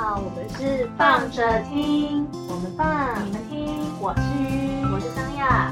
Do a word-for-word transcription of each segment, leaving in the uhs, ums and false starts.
好，我们是放着听， 我们放， 你们听， 我是鱼， 我是张亚。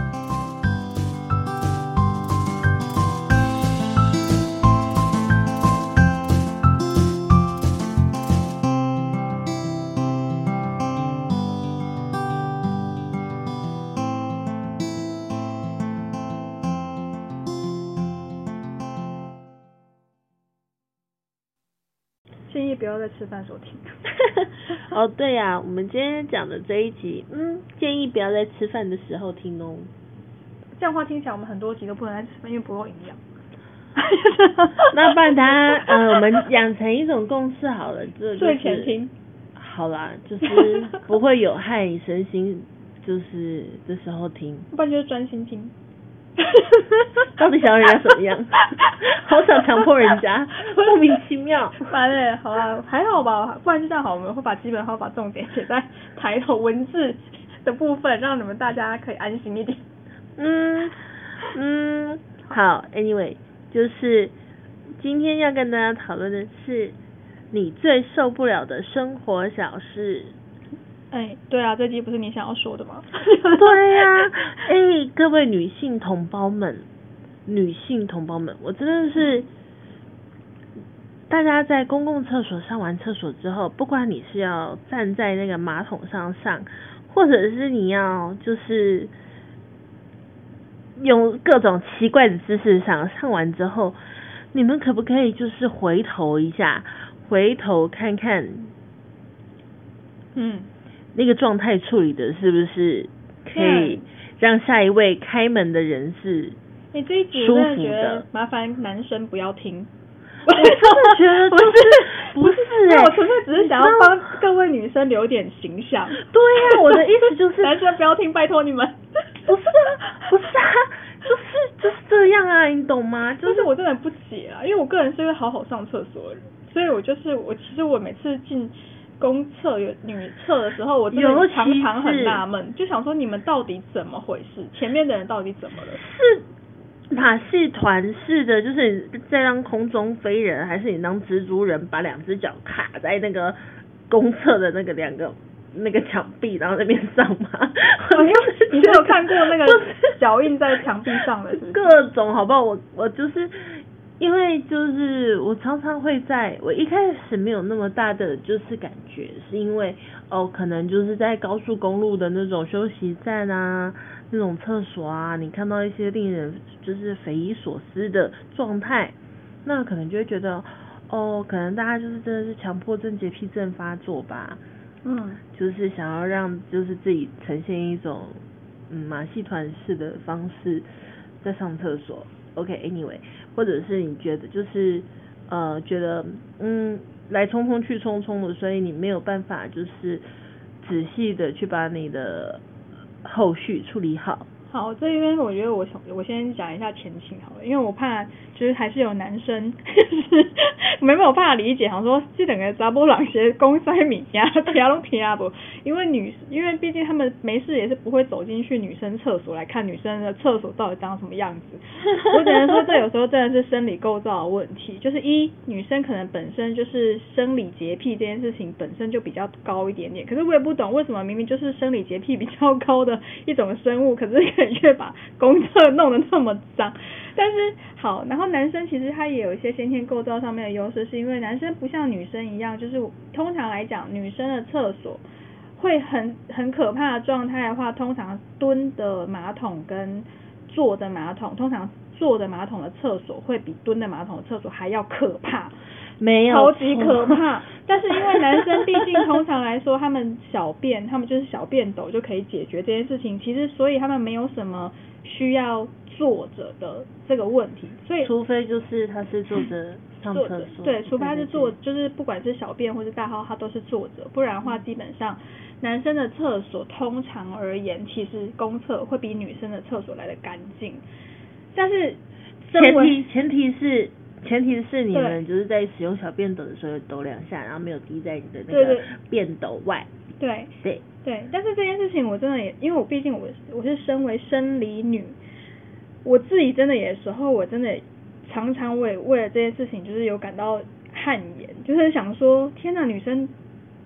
建议不要在吃饭时候听。 哦，对呀、啊，我们今天讲的这一集，嗯，建议不要在吃饭的时候听哦。 这样的话听起来我们很多集都不能在吃饭，因为不够营养。 那不然它，呃，我们养成一种共识好了，这、就是、 睡前听。 好啦，就是不会有害你身心，就是这时候听。 不然就是专心听。 到底想要人家怎么样？好想强迫人家，莫名其妙。 烦嘞，好啦，还好吧，不然就这样好，我们会把基本上把重点写在抬头文字的部分，让你们大家可以安心一点。 嗯嗯，好 ，anyway， 就是今天要跟大家讨论的是你最受不了的生活小事。 哎，对啊，这集不是你想要说的吗？ 对呀、啊，哎，各位女性同胞们，女性同胞们，我真的是，大家在公共厕所上完厕所之后，不管你是要站在那个马桶上上，或者是你要就是用各种奇怪的姿势上，上完之后，你们可不可以就是回头一下，回头看看， 嗯。 那个状态处理的是不是可以让下一位开门的人是你这一集我真的觉得麻烦男生不要听。 我真的觉得、就是、不是不是哎、欸， 我纯粹只是想要帮各位女生留点形象。 对呀、啊，我的意思就是男生不要听，拜托你们。 不是啊，不是啊，就是就是这样啊，你懂吗？ 就是、就是我真的不解啊，因为我个人是会好好上厕所的人，所以我就是我其实我每次进公厕有女厕的时候，我真的常常很纳闷，就想说你们到底怎么回事？前面的人到底怎么了？ 是马戏团式的，就是在让空中飞人，还是你当蜘蛛人把两只脚卡在那个公厕的那个两个那个墙壁，然后那边上吗？ 我你是有看过那个脚印在墙壁上的是不是？ 各种好不好？我我就是。因为就是我常常会在我一开始没有那么大的就是感觉，是因为哦可能就是在高速公路的那种休息站啊，那种厕所啊，你看到一些令人就是匪夷所思的状态，那可能就会觉得哦可能大家就是真的是强迫症洁癖症发作吧， 嗯， 就是想要让就是自己呈现一种嗯马戏团式的方式在上厕所。OK，anyway，、okay, 或者是你觉得就是呃觉得嗯来匆匆去匆匆的，所以你没有办法就是仔细的去把你的后续处理好。 好，这边我觉得我想我先讲一下前情好了，因为我怕就是还是有男生没有办法理解，想说这两个查某人是讲啥物件，听都听不，因为女因为毕竟他们没事也是不会走进去女生厕所来看女生的厕所到底长什么样子。我只能说这有时候真的是生理构造的问题，就是一女生可能本身就是生理洁癖这件事情本身就比较高一点点，可是我也不懂为什么明明就是生理洁癖比较高的一种生物，可是却把公厕弄得那么脏。但是好，然后男生其实他也有一些先天构造上面的优势，是因为男生不像女生一样，就是通常来讲女生的厕所会很很可怕的状态的话，通常蹲的马桶跟坐的马桶，通常坐的马桶的厕所会比蹲的马桶的厕所还要可怕， 没有超级可怕。但是因为男生毕竟通常来说他们小便他们就是小便斗就可以解决这件事情，其实所以他们没有什么需要坐着的这个问题，所以除非就是他是坐着上厕所， 对，除非他是坐就是不管是小便或是大号他都是坐着，不然的话基本上男生的厕所通常而言其实公厕会比女生的厕所来的干净，但是前提前提是前提是你们就是在使用小便斗的时候抖两下，然后没有滴在你的那个便斗外。 对对对，但是这件事情我真的也，因为我毕竟我我是身为生理女，我自己真的有时候我真的常常为为了这件事情就是有感到汗颜，就是想说天哪，女生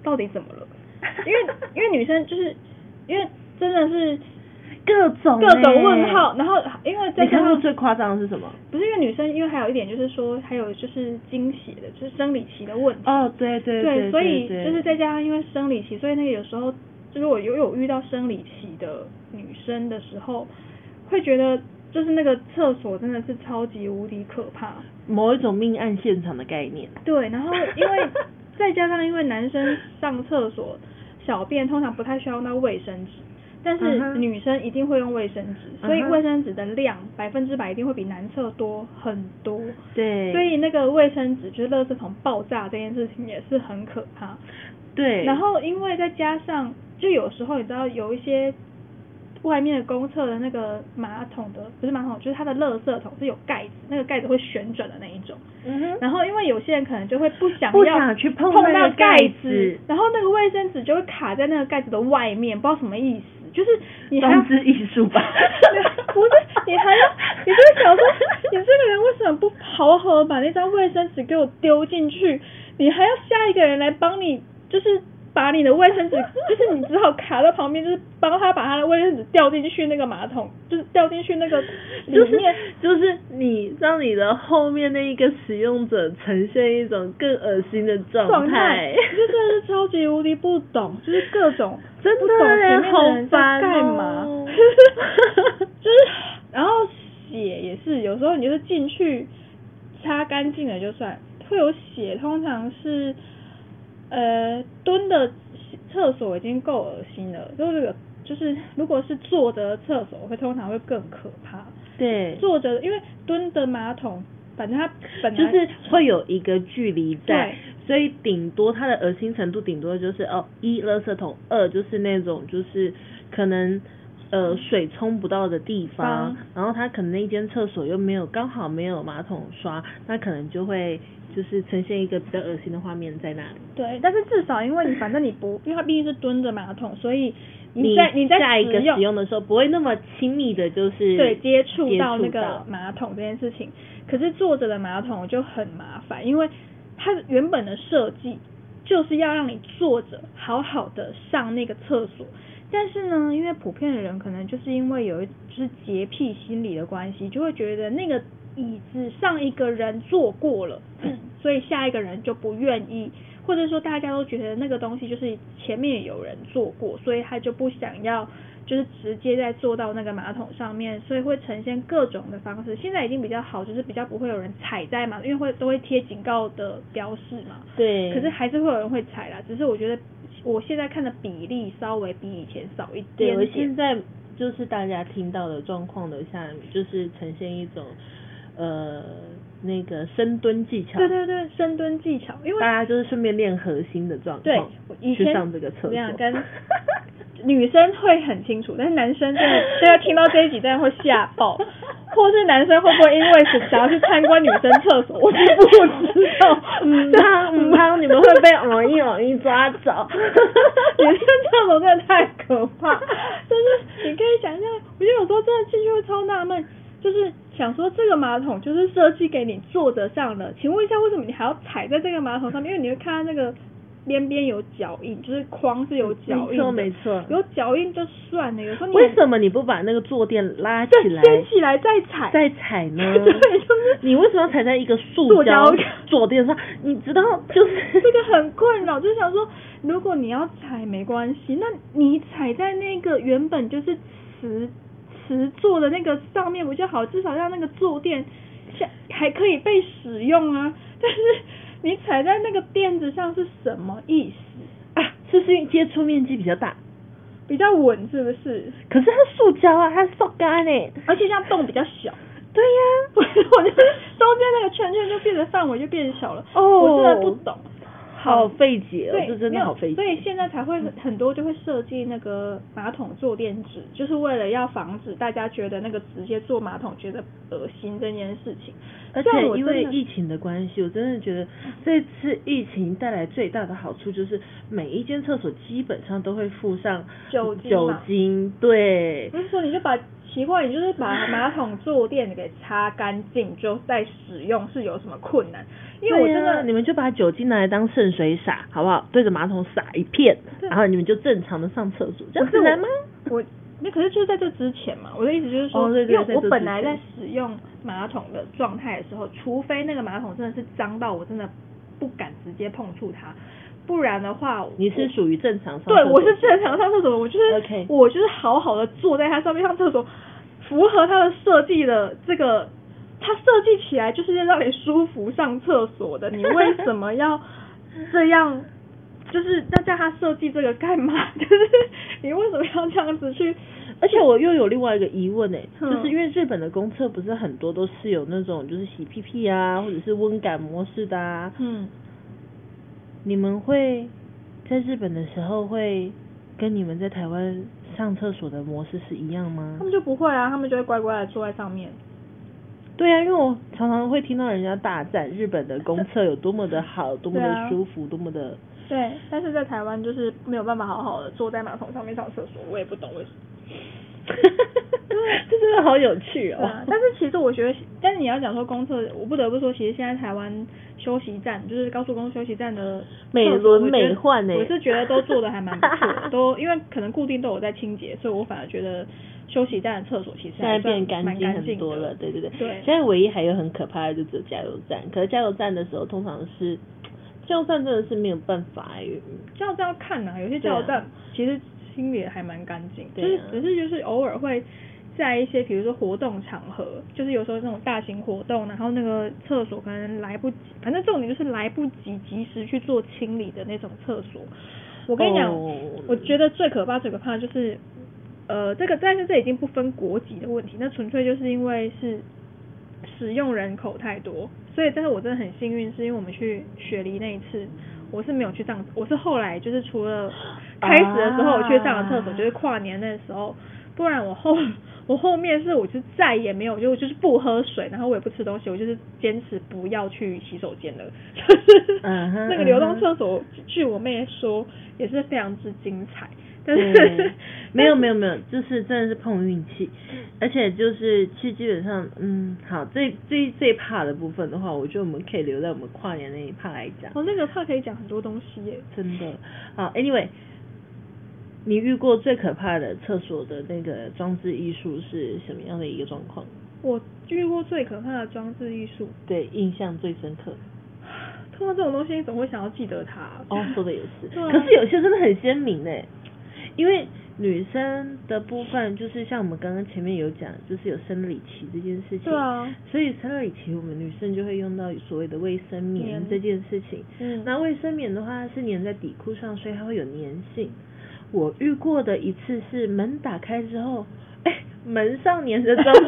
到底怎么了？因为因为女生就是因为真的是各种各种问号，然后因为再你看过最夸张的是什么？ 不是因为女生，因为还有一点就是说，还有就是经血的，就是生理期的问题。 哦，对对对对，所以就是再加上因为生理期，所以那个有时候就是我有有遇到生理期的女生的时候，会觉得就是那个厕所真的是超级无敌可怕， 某一种命案现场的概念。 对，然后因为再加上因为男生上厕所小便通常不太需要用到卫生纸。但是女生一定会用卫生纸， uh-huh. 所以卫生纸的量百分之百一定会比男厕多很多。 对， 所以那个卫生纸就是垃圾桶爆炸这件事情也是很可怕。 对， 然后因为再加上，就有时候你知道有一些外面的公厕的那个马桶的，不是马桶，就是它的垃圾桶是有盖子，那个盖子会旋转的那一种。嗯哼。然后因为有些人可能就会不想要不想去碰碰到盖子， 然后那个卫生纸就会卡在那个盖子的外面，不知道什么意思。就是你还要装置艺术吧？ 不是，你还要，你就会想说，你这个人为什么不好好的把那张卫生纸给我丢进去？你还要下一个人来帮你，就是把你的卫生纸，就是你只好卡在旁边，就是帮他把他的卫生纸掉进去那个马桶，就是掉进去那个里面， 就是、就是你让你的后面那一个使用者呈现一种更恶心的状态， 就真的是超级无敌不懂，就是各种真的不懂前面的人在干嘛， 哦、 就是然后血也是，有时候你就是进去擦干净了就算，会有血，通常是。呃，蹲的厕所已经够恶心了，就是就是如果是坐的厕所，会通常会更可怕。 对， 坐着，因为蹲的马桶，反正它本来就是会有一个距离在，所以顶多它的恶心程度顶多就是哦，一垃圾桶，二就是那种就是可能呃水冲不到的地方，嗯、然后它可能那间厕所又没有刚好没有马桶刷，那可能就会。就是呈现一个比较恶心的画面在那里。 对，但是至少因为你反正你不，因为它毕竟是蹲着马桶，所以你在你在下一个使用的时候不会那么亲密的，就是对接触到那个马桶这件事情。可是坐着的马桶就很麻烦，因为它原本的设计就是要让你坐着好好的上那个厕所。但是呢，因为普遍的人可能就是因为有一就是洁癖心理的关系，就会觉得那个椅子上一个人坐过了，嗯、所以下一个人就不愿意，或者说大家都觉得那个东西就是前面有人坐过，所以他就不想要就是直接再坐到那个马桶上面，所以会呈现各种的方式。现在已经比较好，就是比较不会有人踩在嘛，因为会都会贴警告的标示嘛。 对。 可是还是会有人会踩啦，只是我觉得我现在看的比例稍微比以前少一点点。 对，我现在就是大家听到的状况的下，就是呈现一种呃那个深蹲技巧。 对对对，深蹲技巧，因为大家就是顺便练核心的状况。 对，以前去上这个厕所。 跟女生会很清楚，但是男生真的现在听到这一集真的会吓爆，或是男生会不会因为是想要去参观女生厕所，我就不知道。 嗯，他嗯他你们会被偶一偶一抓走。 女生厕所真的太可怕，就是你可以想象，我觉得有时候真的进去会超纳闷，就是想说这个马桶就是设计给你坐着上的，请问一下为什么你还要踩在这个马桶上面？因为你会看到那个边边有脚印，就是框是有脚印的， 没错没错， 有脚印就算了，有时候你为什么你不把那个坐垫拉起来， 掀起来再踩再踩呢？ 对，就是你为什么要踩在一个塑胶坐垫上？你知道，就是这个很困扰，就是想说，如果你要踩没关系，那你踩在那个原本就是瓷瓷做的那个上面不就好？至少让那个坐垫像还可以被使用啊，但是。你踩在那个垫子上是什么意思啊？是不是接触面积比较大， 比较稳是不是？ 可是它是塑胶啊，它是塑胶呢， 而且这样洞比较小。 对呀、 啊，我就是中间那个圈圈就变得范围就变小了。 哦， 我真的不懂。 好费解哦， 对， 这真的好费解。 所以现在才会很多就会设计那个马桶坐垫纸，就是为了要防止大家觉得那个直接坐马桶觉得恶心这件事情。 而且因为疫情的关系，我真的觉得这次疫情带来最大的好处就是每一间厕所基本上都会附上酒精。 酒精，对。 不是说你就把奇怪，你就是把马桶坐垫给擦干净就再使用，是有什么困难？因为我真的， 啊、你们就把酒精拿来当圣水洒，好不好？对着马桶洒一片，然后你们就正常的上厕所，这样子难吗？ 我那可是就是在这之前嘛，我的意思就是说， 哦、对对因为我本来在使用马桶的状态的时候，除非那个马桶真的是脏到我真的不敢直接碰触它。不然的话， 你是属于正常上厕所， 对，我是正常上厕所，我就是 okay. 我就是好好的坐在它上面上厕所，符合它的设计的这个，它设计起来就是要让你舒服上厕所的，你为什么要这样？就是那叫它设计这个干嘛？就是你为什么要这样子去？ 而且我又有另外一个疑问哎、欸嗯， 就是因为日本的公厕不是很多都是有那种就是洗屁屁啊，或者是温感模式的啊， 嗯。 你们会在日本的时候会跟你们在台湾上厕所的模式是一样吗？ 他们就不会啊，他们就会乖乖的坐在上面。 对啊，因为我常常会听到人家大赞日本的公厕有多么的好，多么的舒服，多么的。 对，但是在台湾就是没有办法好好的坐在马桶上面上厕所，我也不懂为什么。 这真的好有趣哦。 啊，但是其实我觉得，但是你要讲说公厕，我不得不说，其实现在台湾休息站，就是高速公路休息站的美轮美奂呢， 我是觉得都做的还蛮不错的，都因为可能固定都有在清洁，所以我反而觉得休息站的厕所其实现在变干净很多了，对对对。 对。 现在唯一还有很可怕的就只有加油站，可是加油站的时候通常是加油站真的是没有办法哎、欸， 加油站要看啊，有些加油站、啊、其实清理还蛮干净，就是只是就是偶尔会在一些比如说活动场合，就是有时候那种大型活动，然后那个厕所可能来不及，反正重点就是来不及及时去做清理的那种厕所。我跟你讲， oh. 我觉得最可怕最可怕的就是呃这个，但是这已经不分国籍的问题，那纯粹就是因为是使用人口太多，所以但是我真的很幸运，是因为我们去雪梨那一次，我是没有去上，我是后来就是除了开始的时候我去上了厕所， ah. 就是跨年那时候，不然我后我后面是我就再也没有，就就是不喝水，然后我也不吃东西，我就是坚持不要去洗手间了，就是那个流动厕所， uh-huh. 据我妹说也是非常之精彩。但是没有没有没有，就是真的是碰运气，而且就是其实基本上，嗯，好，这这这一 part 的部分的话，我觉得我们可以留在我们跨年那一 part 来讲。 哦，那个 part 可以讲很多东西耶， 真的。好 ，anyway， 你遇过最可怕的厕所的那个装置艺术是什么样的一个状况？ 我遇过最可怕的装置艺术， 对，印象最深刻。 通过这种东西，你总会想要记得它。 哦，说的也是。 对啊。 可是有些真的很鲜明诶。因为女生的部分就是像我们刚刚前面有讲，就是有生理期这件事情， 对啊， 所以生理期我们女生就会用到所谓的卫生棉这件事情。嗯，那卫生棉的话是粘在底裤上，所以它会有粘性。我遇过的一次是门打开之后，哎，门上粘着装置，这是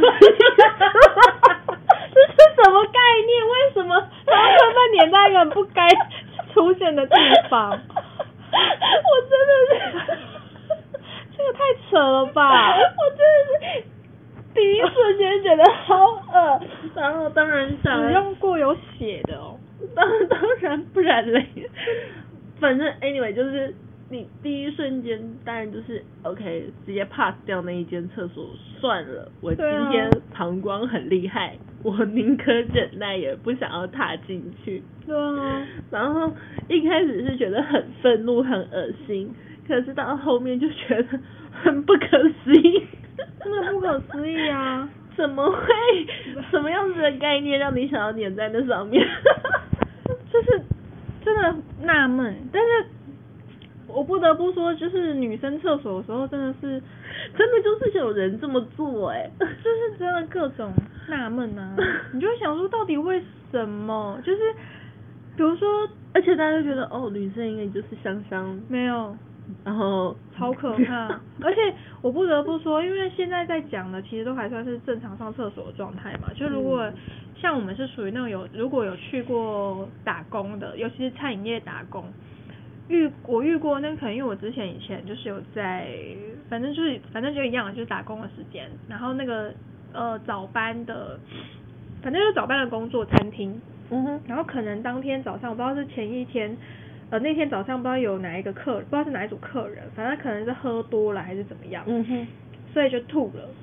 什么概念？为什么它会被粘在一个不该出现的地方？ 我真的是。 这个太扯了吧！ 我真的是第一瞬间觉得好恶，然后当然想使用过有血的哦， 当当然不然嘞，反正 anyway 就是你第一瞬间当然就是 OK 直接 pass 掉那一间厕所算了，我今天膀胱很厉害，我宁可忍耐也不想要踏进去。 对啊， 然后一开始是觉得很愤怒很恶心。可是到后面就觉得很不可思议， 真的不可思议啊！ 怎么会？什么样子的概念让你想要粘在那上面？ 就是真的纳闷，但是我不得不说，就是女生厕所的时候真的是， 真的就是有人这么做哎、欸， 就是真的各种纳闷啊！你就会想说，到底为什么？就是比如说， 而且大家就觉得哦，女生应该就是香香， 没有。 然后超可怕，而且我不得不说，因为现在在讲的其实都还算是正常上厕所的状态嘛。就如果像我们是属于那种有如果有去过打工的，尤其是餐饮业打工，遇我遇过那个可能因为我之前以前就是有在，反正就是反正就一样，就是打工的时间，然后那个呃早班的，反正就是早班的工作餐厅， 嗯哼， 然后可能当天早上我不知道是前一天。呃，那天早上不知道有哪一个客，不知道是哪一组客人，反正可能是喝多了还是怎么样， 嗯哼， 所以就吐了。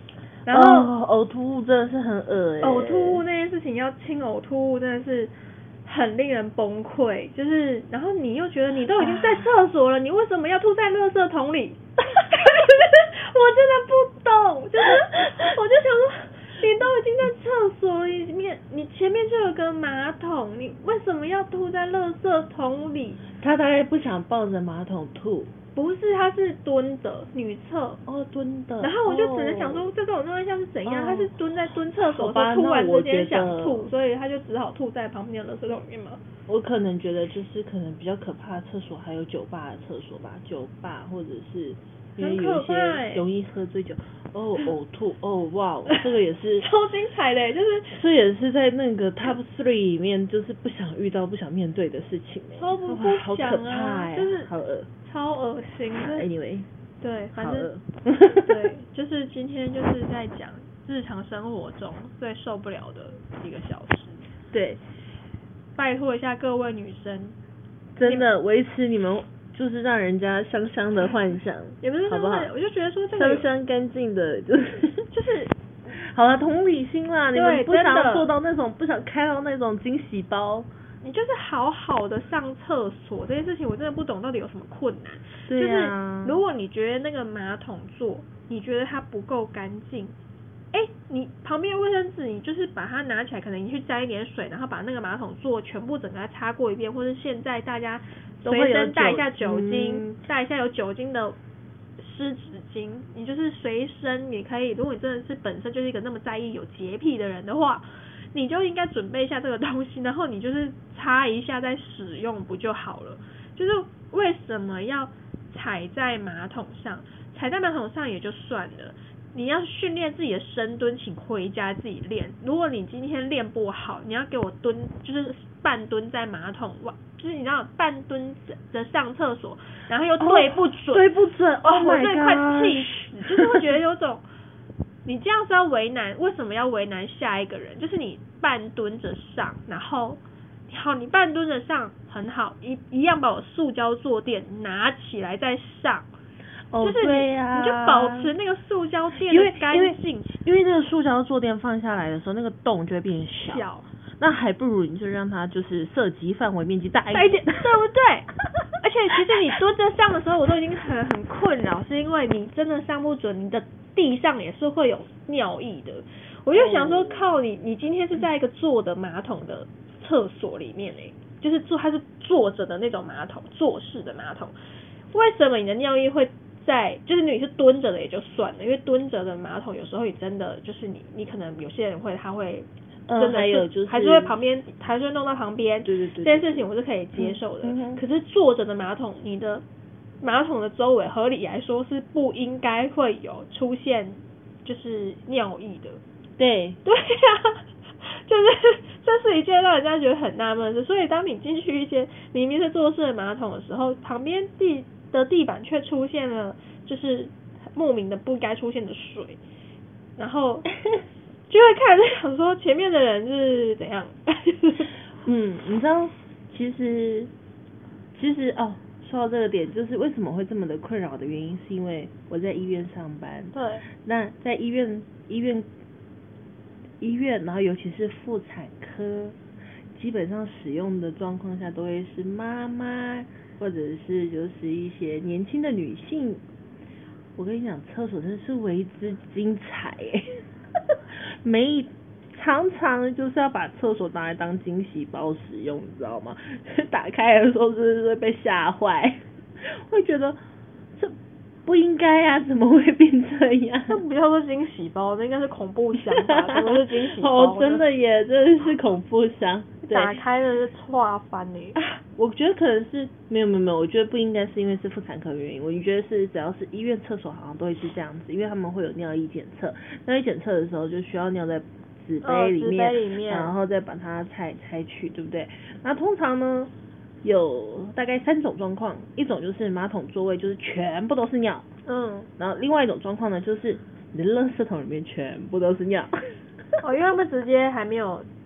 然后呕吐物真的是很恶哎。 呕吐物那件事情要清呕吐物真的是很令人崩溃，就是然后你又觉得你都已经在厕所了，你为什么要吐在垃圾桶里？我真的不懂，就是我就想说，你都已经在厕所里面，你前面就有个马桶，你为什么要吐在垃圾桶里？ 他大概不想抱着马桶吐。 不是，他是蹲的女厕。 哦，蹲的。 然后我就只能想说，这种状况下是怎样？ 哦、 他是蹲在蹲厕所的时候突然之间想吐，所以他就只好吐在旁边的垃圾桶里面嘛。 我可能觉得就是可能比较可怕的厕所还有酒吧的厕所吧，酒吧或者是因为有一些容易喝醉酒，哦呕吐，哦哇，这个也是超精彩的，就是这也是在那个 top three 里面就是不想遇到、不想面对的事情哎， 超不不想啊， 好可怕呀， 就是好恶， 超恶心的。 Anyway， 对，反正对，就是今天就是在讲日常生活中最受不了的一个小时。 对， 拜托一下各位女生， 真的维持你们就是让人家香香的幻想， 也不是好不好？ 我就觉得说这个香香干净的，就是就是。 好了，同理心啦，你们不想要做到那种，不想开到那种惊喜包。 你就是好好的上厕所这件事情，我真的不懂到底有什么困难。 对啊。 就是如果你觉得那个马桶座，你觉得它不够干净，哎，你旁边卫生纸，你就是把它拿起来，可能你去沾一点水，然后把那个马桶座全部整个擦过一遍，或者现在大家随身带一下酒精，带、嗯、一下有酒精的湿纸巾，你就是随身你可以，如果你真的是本身就是一个那么在意有洁癖的人的话，你就应该准备一下这个东西，然后你就是擦一下再使用不就好了？就是为什么要踩在马桶上？踩在马桶上也就算了，你要训练自己的深蹲，请回家自己练。如果你今天练不好，你要给我蹲，就是半蹲在马桶外，就是你知道半蹲着上厕所，然后又对不准， 哦、对不准， 哦， oh、 我真的快气死，就是会觉得有种。你这样是要为难，为什么要为难下一个人？就是你半蹲着上，然后好，你半蹲着上很好，一一样把我塑胶坐垫拿起来再上， 哦、 就是你对啊， 你就保持那个塑胶垫的干净， 因为那个塑胶坐垫放下来的时候，那个洞就会变小， 小那还不如你就让它就是涉及范围面积大一点，对不对？而且其实你蹲着上的时候，我都已经很很困扰，是因为你真的上不准，你的地上也是会有尿意的。我就想说，靠你，你今天是在一个坐的马桶的厕所里面诶，就是坐它是坐着的那种马桶，坐式的马桶，为什么你的尿液会在？就是你是蹲着的也就算了，因为蹲着的马桶有时候你真的就是你你可能有些人会他会。真的是、 嗯、还有就是还是会旁边，还是会弄到旁边。 对对 对, 对， 这件事情我是可以接受的。 嗯、 可是坐着的马桶，你的马桶的周围，合理来说是不应该会有出现就是尿液的。 对对呀、啊，就是这是一件让人家觉得很纳闷的事。所以当你进去一些明明是坐式的马桶的时候，旁边地的地板却出现了就是莫名的不该出现的水，然后。就会看着想说前面的人是怎样。 嗯，你知道，其实其实哦，说到这个点，就是为什么会这么的困扰的原因，是因为我在医院上班。 对。 那在医院医院医院，然后尤其是妇产科，基本上使用的状况下都会是妈妈或者是就是一些年轻的女性。我跟你讲，厕所真的是为之精彩耶。每常常就是要把厕所拿来当惊喜包使用，你知道吗？打开的时候就是会被吓坏，会觉得这不应该啊，怎么会变这样？ 那不要说惊喜包，那应该是恐怖箱吧？怎么是惊喜包？ 哦，真的耶，真的是恐怖箱。 打开的是错翻呢。 我觉得可能是没有没有没有，我觉得不应该是因为是妇产科的原因，我觉得是只要是医院厕所好像都会是这样子，因为他们会有尿液检测，尿液检测的时候就需要尿在纸杯里面， 哦、里面然后再把它拆拆去，对不对？那通常呢有大概三种状况，一种就是马桶座位就是全部都是尿， 嗯， 然后另外一种状况呢就是你的垃圾桶里面全部都是尿。 哦，因为他们直接还没有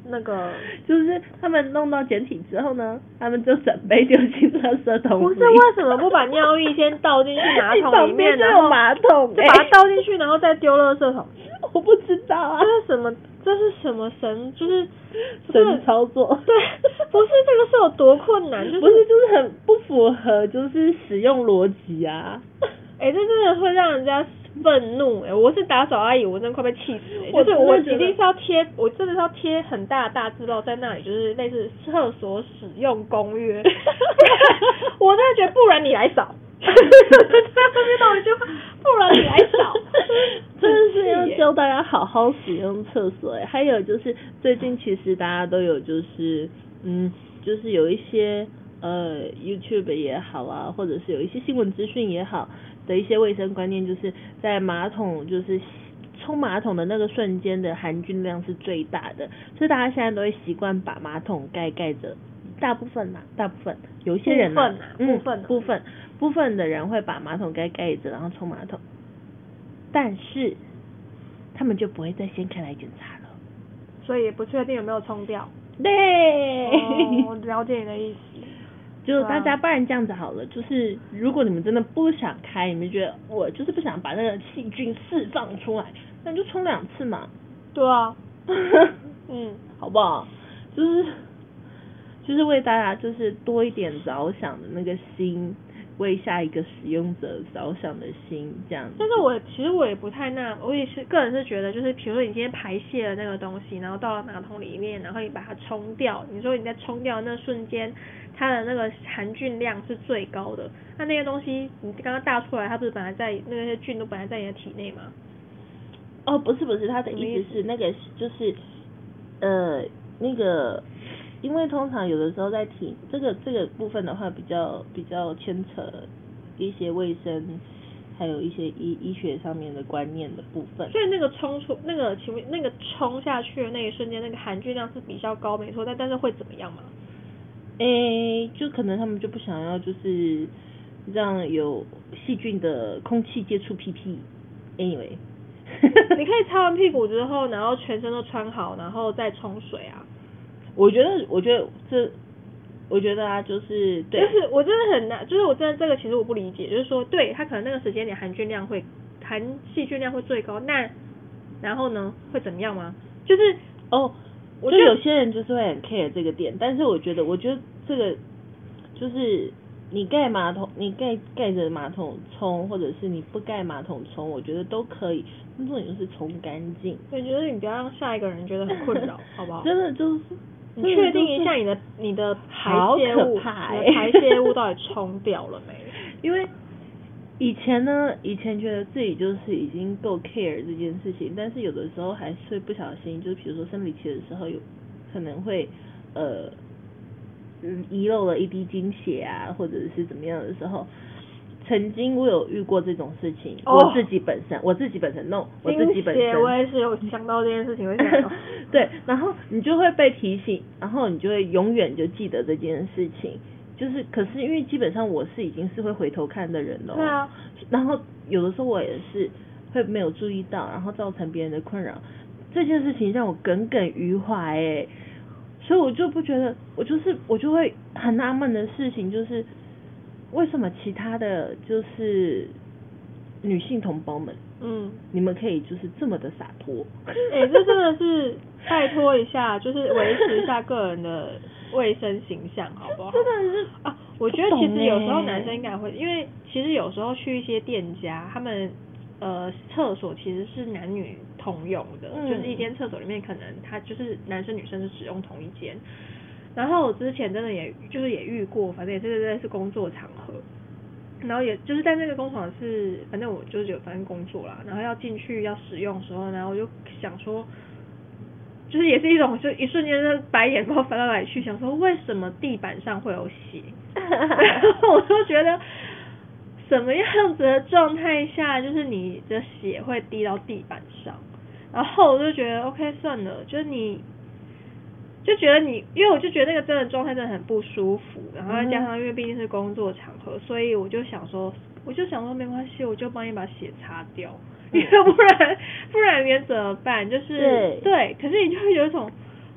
那个就是他们弄到简体之后呢，他们就准备丢进垃圾桶里。 不是为什么不把尿液先倒进去马桶里面，然后马桶、 欸、就把它倒进去，然后再丢垃圾桶？ 我不知道啊， 这是什么？这是什么神？就是神操作？ 对，不是这个是有多困难？就是不是就是很不符合就是使用逻辑啊？ 哎、欸，这真的会让人家愤怒哎、欸！我是打扫阿姨，我真的快被气死哎、欸！就是我一定是要贴，我真的是要贴很大的大字报在那里，就是类似厕所使用公约。我真的觉得，不然你来扫。在后面到一句话，不然你来扫。 真的是要教大家好好使用厕所哎、欸！还有就是最近其实大家都有就是嗯，就是有一些呃 YouTube 也好啊，或者是有一些新闻资讯也好。的一些卫生观念，就是在马桶就是冲马桶的那个瞬间的含菌量是最大的，所以大家现在都会习惯把马桶盖盖着，大部分啦，大部分有一些人啦， 部分、啊、 嗯，部分部分的人会把马桶盖盖着，然后冲马桶，但是他们就不会再掀开来检查了， 所以也不确定有没有冲掉。 对， 哦，我了解你的意思。 就大家不然这样子好了，就是如果你们真的不想开，你们觉得我就是不想把那个细菌释放出来，那你就冲两次嘛。 对啊，嗯， 好不好？就是就是为大家就是多一点着想的那个心，为下一个使用者着想的心，这样子。 但是我其实我也不太那，我也是个人是觉得，就是比如说你今天排泄了那个东西，然后到了马桶里面，然后你把它冲掉，你说你在冲掉的那瞬间。它的那个含菌量是最高的，那那些东西你刚刚大出来，它不是本来在那些菌都本来在你的体内吗？ 哦，不是不是，他的意思是那个就是呃那个，因为通常有的时候在体这个这个部分的话，比较比较牵扯一些卫生，还有一些医医学上面的观念的部分。 所以那个冲出那个请问那个冲下去的那一瞬间，那个含菌量是比较高，没错，但但是会怎么样吗？ 诶，就可能他们就不想要，就是让有细菌的空气接触屁屁。Anyway， 你可以擦完屁股之后，然后全身都穿好，然后再冲水啊。 我觉得，我觉得这，我觉得啊，就是对， 就是我真的很难，就是我真的这个其实我不理解，就是说，对它可能那个时间点含菌量会含细菌量会最高，那然后呢会怎么样吗？就是哦。我觉得有些人就是会很 care 这个点，但是我觉得，我觉得这个就是你盖马桶，你盖盖着马桶冲，或者是你不盖马桶冲，我觉得都可以。重点就是冲干净。 我觉得你不要让下一个人觉得很困扰，好不好？ 真的就是， 你确定一下你的你的排泄物， 你的排泄物到底冲掉了没？ 因为以前呢，以前觉得自己就是已经够 care 这件事情，但是有的时候还是会不小心，就是比如说生理期的时候有可能会呃嗯遗漏了一滴经血啊，或者是怎么样的时候，曾经我有遇过这种事情，哦、我自己本身我自己本身 no 我自己本身我也是有想到这件事情，会想到对，然后你就会被提醒，然后你就会永远就记得这件事情。就是，可是因为基本上我是已经是会回头看的人了， 对啊， 然后有的时候我也是会没有注意到，然后造成别人的困扰，这件事情让我耿耿于怀哎，所以我就不觉得，我就是我就会很纳闷的事情就是，为什么其他的就是女性同胞们， 嗯， 你们可以就是这么的洒脱？ 哎、欸，这真的是拜托一下，就是维持一下个人的卫生形象，好不好？ 真的是啊，我觉得其实有时候男生应该会，因为其实有时候去一些店家，他们呃厕所其实是男女通用的，嗯、就是一间厕所里面可能他就是男生女生是使用同一间。然后我之前真的也就是也遇过，反正也是在是工作场合，然后也就是在那个工厂是，反正我就是有反正工作啦，然后要进去要使用的时候，然后我就想说。就是也是一种，就一瞬间的白眼光翻到哪里去，想说为什么地板上会有血？然后我就觉得什么样子的状态下，就是你的血会滴到地板上？然后我就觉得 OK 算了，就是你就觉得你，因为我就觉得那个真的状态真的很不舒服，然后再加上因为毕竟是工作场合，所以我就想说，我就想说没关系，我就帮你把血擦掉。因为不然不然你怎么办？就是对, 对，可是你就会有一种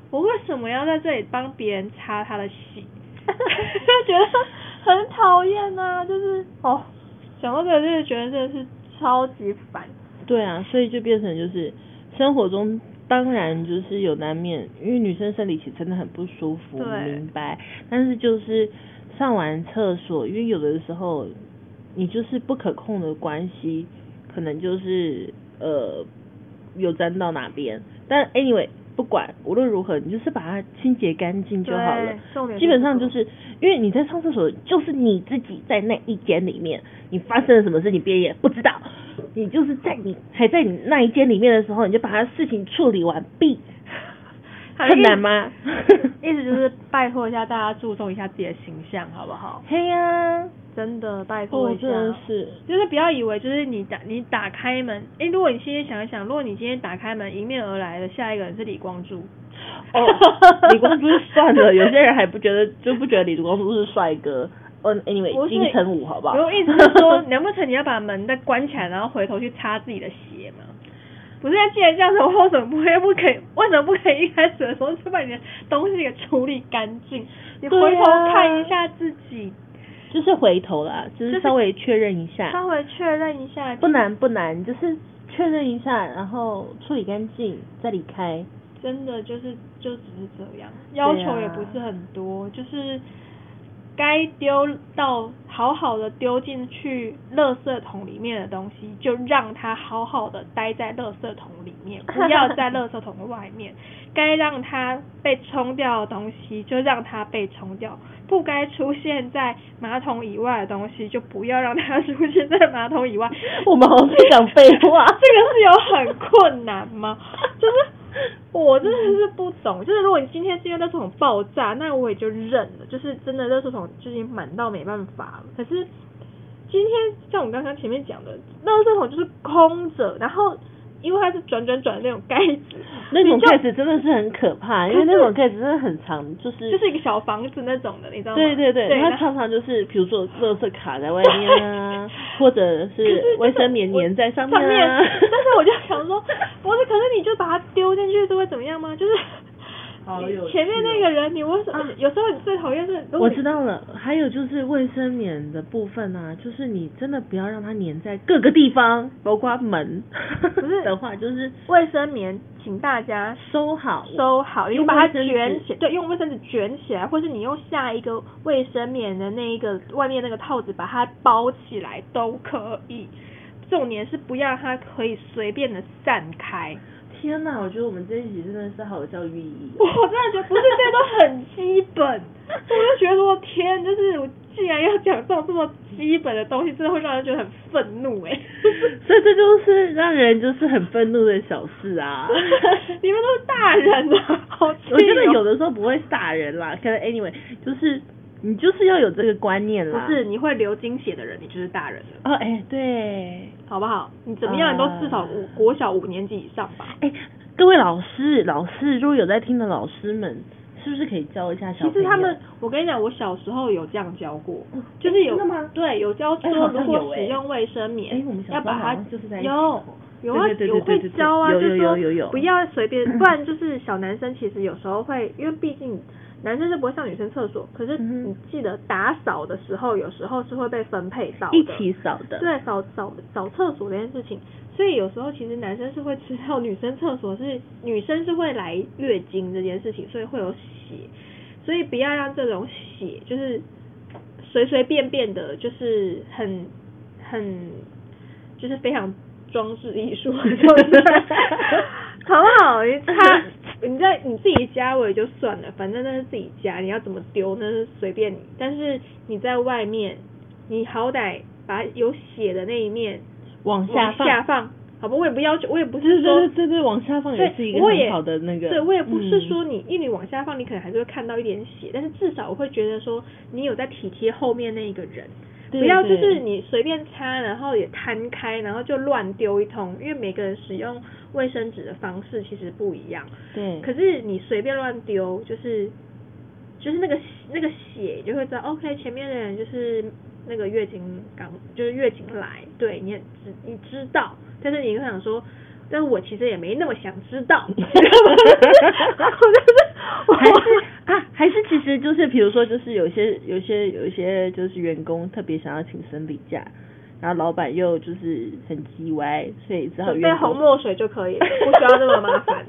我为什么要在这里帮别人擦他的血？就觉得很讨厌啊，就是哦，想到这个就是觉得真的是超级烦。 对啊，所以就变成就是生活中当然就是有难免，因为女生生理期真的很不舒服，明白。但是就是上完厕所，因为有的时候你就是不可控的关系，可能就是呃有沾到哪边，但 anyway 不管无论如何，你就是把它清洁干净就好了。基本上就是因为你在上厕所，就是你自己在那一间里面，你发生了什么事，你别人也不知道。你就是在你还在你那一间里面的时候，你就把他事情处理完毕，很难吗？ 意思就是拜托一下大家注重一下自己的形象，好不好？ 嘿呀、啊， 真的拜托一下， 哦、真的是， 就是不要以为就是你打你打开门，哎，如果你现在想一想，如果你今天打开门，迎面而来的下一个人是李光洙， 哦，李光洙算了，有些人还不觉得就不觉得李光洙是帅哥。嗯 ，anyway， 金城武好不好？ 我意思是说，难不成你要把门再关起来，然后回头去擦自己的鞋吗？不是，既然这样子，我为什么不会不可以？为什么不可以一开始的时候就把你的东西给处理干净？你回头看一下自己， 啊、就是回头啦，就是稍微确认一下， 稍微确认一下， 不难不难，就是确认一下，然后处理干净再离开。 真的就是就只是这样，要求也不是很多，啊、就是。该丢到好好的丢进去垃圾桶里面的东西，就让它好好的待在垃圾桶里面，不要在垃圾桶的外面。该让它被冲掉的东西，就让它被冲掉；不该出现在马桶以外的东西，就不要让它出现在马桶以外。 我们好像在讲废话， 这个是有很困难吗？就是我真的是不懂，就是如果你今天是因为垃圾桶爆炸，那我也就认了，就是真的垃圾桶就已经满到没办法了。可是今天像我刚刚前面讲的，垃圾桶就是空着，然后因为它是转转转的那种盖子， 那种盖子真的是很可怕，因为那种盖子真的很长，就是就是一个小房子那种的，你知道吗？ 对对对，对它常常就是比如说垃圾卡在外面啊，或者是卫生棉粘在上面啊。 但是我就想说，不是，可是你就把它丢进去是会怎么样吗？就是。前面那个人，你为什么、啊？有时候你最讨厌是， 我知道了。还有就是卫生棉的部分啊，就是你真的不要让它粘在各个地方，包括门。不是的话，就是卫生棉，请大家收好， 收好，你把它卷起，对，用卫生纸卷起来，或是你用下一个卫生棉的那一个外面那个套子把它包起来都可以。重点是不要让它可以随便的散开。 天哪，我觉得我们这一集真的是好有教育意义、 哦。我真的觉得不是，这些都很基本。我就觉得说，天，就是我既然要讲这种这么基本的东西，真的会让人觉得很愤怒哎。 所以这就是让人就是很愤怒的小事啊。 你们都是大人啊，好气、哦。 我觉得有的时候不会是大人啦，可能 anyway 就是你就是要有这个观念啦。 不是，你会流经血的人，你就是大人了。 哦，哎、欸，对。 好不好？你怎么样都至少五、呃、国小五年级以上吧。 哎、欸，各位老师，老师如果有在听的老师们，是不是可以教一下小朋友？ 其实他们，我跟你讲，我小时候有这样教过，嗯、就是有、 欸、真的吗？ 对，有教说如果使用卫生棉， 欸、 要把它就是在有有啊， 对对对对对有会教啊， 有有有有有不要随便，不然就是小男生其实有时候会，因为毕竟。男生是不会上女生厕所，可是你记得打扫的时候，有时候是会被分配到的， 一起扫的。 对，扫扫扫厕所这件事情，所以有时候其实男生是会知道女生厕所是女生是会来月经这件事情，所以会有血，所以不要让这种血就是随随便便的，就是很很就是非常装置艺术，就是好不好？你擦。你在你自己家我也就算了，反正那是自己家，你要怎么丢那是随便你。但是你在外面，你好歹把有血的那一面往下放， 下放，好不？我也不要求，我也不是说对对对对，往下放也是一个很好的那个。 对，我也不是说你，因为你往下放，你可能还是会看到一点血，但是至少我会觉得说你有在体贴后面那一个人。不要就是你随便擦，然后也摊开，然后就乱丢一通，因为每个人使用卫生纸的方式其实不一样。 对。 可是你随便乱丢，就是就是那个那个血就会知道 ，OK， 前面的人就是那个月经刚就是月经来，对，你也知你知道，但是你会想说， 但我其实也没那么想知道。 还是啊，还是其实就是比如说就是有些有些有一些就是员工特别想要请生理假，然后老板又就是很叽歪，所以只好准备红墨水就可以了，不需要那么麻烦。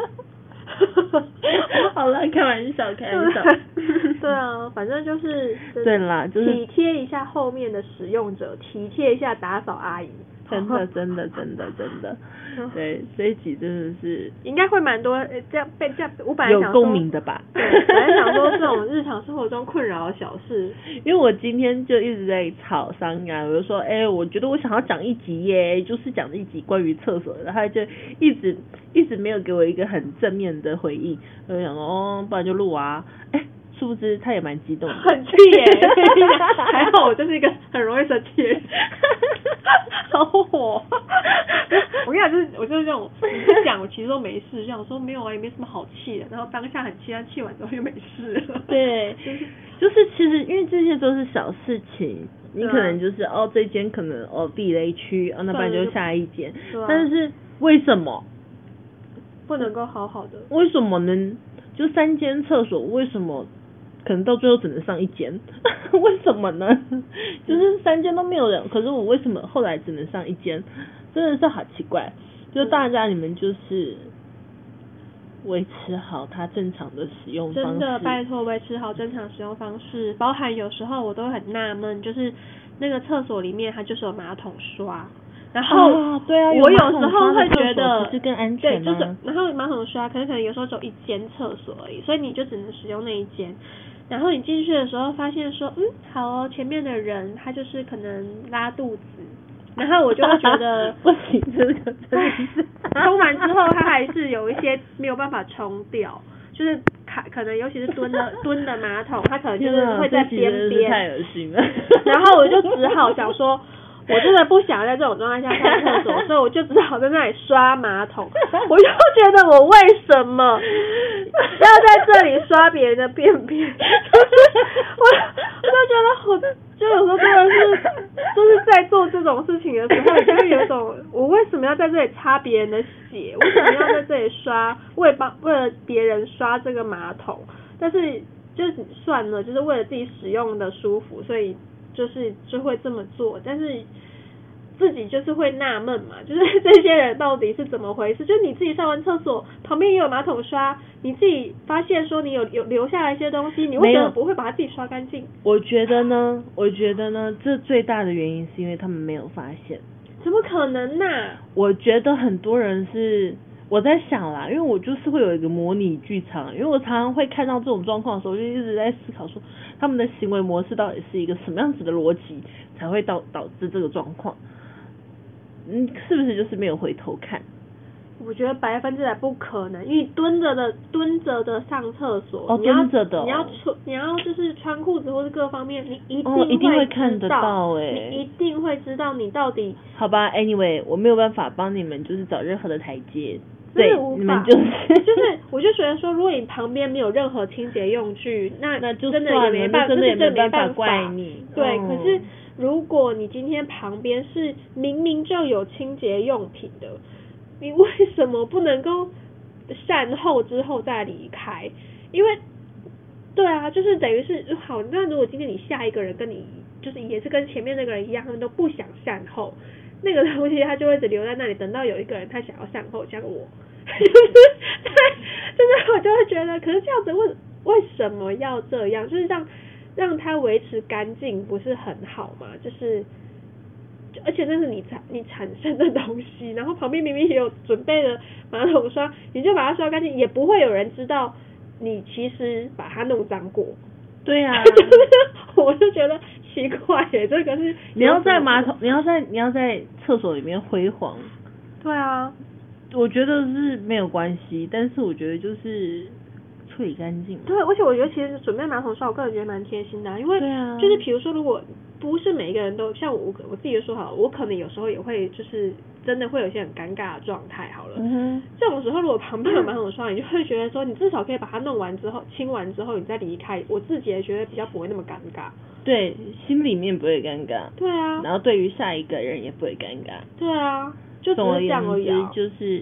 好了，开玩笑，开玩笑。 对啊，反正就是对啦，就是体贴一下后面的使用者，体贴一下打扫阿姨。 真的，真的，真的，真的，对，这一集真的是应该会蛮多这样被这样，我本来想有共鸣的吧？ 对，本来想说这种日常生活中困扰的小事， 因为我今天就一直在吵商啊，我就说，哎、欸，我觉得我想要讲一集耶，就是讲一集关于厕所的，然后他就一直一直没有给我一个很正面的回应，我就想说，哦，不然就录啊，哎、欸。殊不知他也蛮激动的， 很气耶！还好我就是一个很容易生气的人，好火！我跟你讲，就是我就是这种，你讲我其实都没事，这样说没有啊，也没什么好气的，然后当下很气，但气完之后又没事了。 对，就是就是其实因为这些都是小事情，你可能就是哦这间可能哦地雷区，哦那不然就下一间，但是为什么不能够好好的？ 为什么呢？就三间厕所为什么？可能到最后只能上一间，为什么呢？就是三间都没有人，可是我为什么后来只能上一间？真的是好奇怪。就大家你们就是维持好它正常的使用方式， 真的拜托维持好正常使用方式，包含有时候我都很纳闷，就是那个厕所里面它就是有马桶刷。然后， 啊对啊， 我有时候会觉得， 是更安全对，就是然后马桶刷，可能可能有时候只有一间厕所而已，所以你就只能使用那一间。然后你进去的时候发现说，嗯，好哦，前面的人他就是可能拉肚子，然后我就会觉得不行，这个真的是冲完之后他还是有一些没有办法冲掉，就是可可能尤其是蹲的蹲的马桶，它可能就是会在边边， 太恶心了。 然后我就只好想说。我真的不想在这种状态下上厕所，所以我就只好在那里刷马桶。我就觉得我为什么要在这里刷别人的便便？我我就觉得我就有时候真的是就是在做这种事情的时候，就会有一种我为什么要在这里擦别人的血？为什么要在这里刷为帮为了别人刷这个马桶？但是就是算了，就是为了自己使用的舒服，所以。就是就会这么做，但是自己就是会纳闷嘛，就是这些人到底是怎么回事？就是你自己上完厕所旁边也有马桶刷，你自己发现说你有有留下来一些东西，你为什么不会把它自己刷干净？ 我觉得呢，我觉得呢，这最大的原因是因为他们没有发现。 怎么可能呢、啊？ 我觉得很多人是。我在想啦，因为我就是会有一个模拟剧场，因为我常常会看到这种状况的时候，我就一直在思考说，他们的行为模式到底是一个什么样子的逻辑，才会导导致这个状况？嗯，是不是就是没有回头看？ 我觉得百分之百不可能，因为蹲着的蹲着的上厕所， 哦， 你要蹲着的、哦， 你要穿，你要就是穿裤子或是各方面，你一定哦、一定会知看得到哎、 欸，你一定会知道你到底。 好吧 ，anyway， 我没有办法帮你们就是找任何的台阶。对，你们就是就是，我就觉得说，如果你旁边没有任何清洁用具，那那就真的也没办法， 真的也没办法怪你。 对， 嗯、 可是如果你今天旁边是明明就有清洁用品的，你为什么不能够善后之后再离开？因为，对啊，就是等于是好，那如果今天你下一个人跟你就是也是跟前面那个人一样，他们都不想善后。那个东西它就会一直留在那里，等到有一个人他想要善后，像我，就是就是我就会觉得，可是这样子为为什么要这样？就是让让它维持干净，不是很好吗？就是，而且那是你产你产生的东西，然后旁边明明也有准备的马桶刷，你就把它刷干净，也不会有人知道你其实把它弄脏过。 对啊， 就是我就觉得奇怪耶，这个是你要在马桶，你要在你要在厕所里面辉煌。 对啊， 我觉得是没有关系，但是我觉得就是处理干净。 对，而且我觉得其实准备马桶刷，我个人觉得蛮贴心的、啊，因为就是比如说，如果不是每一个人都像我我自己就说好了，我可能有时候也会就是真的会有一些很尴尬的状态好了。 嗯哼。 这种时候如果旁边有马桶刷，你就会觉得说，你至少可以把它弄完之后清完之后你再离开，我自己也觉得比较不会那么尴尬。 对，心里面不会尴尬。 对啊。 然后对于下一个人也不会尴尬。 对啊，就只是这样而已、啊。 就是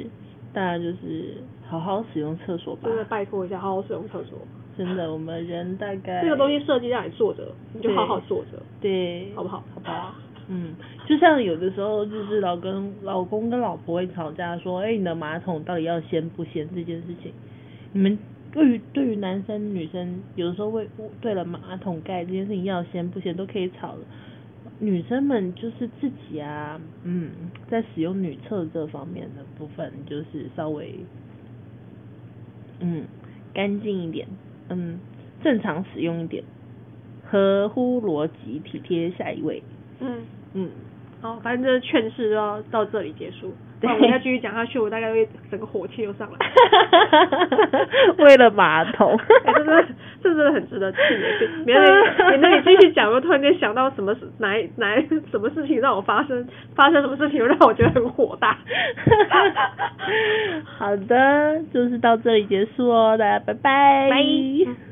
大家就是好好使用厕所吧。 真的拜托一下，好好使用厕所。 真的，我们人大概这个东西设计让你坐着，你就好好坐着， 对， 好不好？ 好不好？嗯，就像有的时候就是老跟老公跟老婆会吵架说，哎，你的马桶到底要掀不掀这件事情，你们对于对于男生女生有的时候会对了马桶盖这件事情要掀不掀都可以吵了，女生们就是自己啊，嗯，在使用女厕这方面的部分就是稍微嗯干净一点，嗯，正常使用一点，合乎逻辑，体贴下一位。 嗯嗯， 好，反正这劝世就要到这里结束。那我再继续讲下去，我大概会整个火气又上来。 为了马桶， 欸、这真的这真的很值得气耶！免得你免得你继续讲，我突然间想到什么事，哪哪什么事情让我发生发生什么事情，让我觉得很火大。 好的，就是到这里结束哦，大家拜拜。 拜。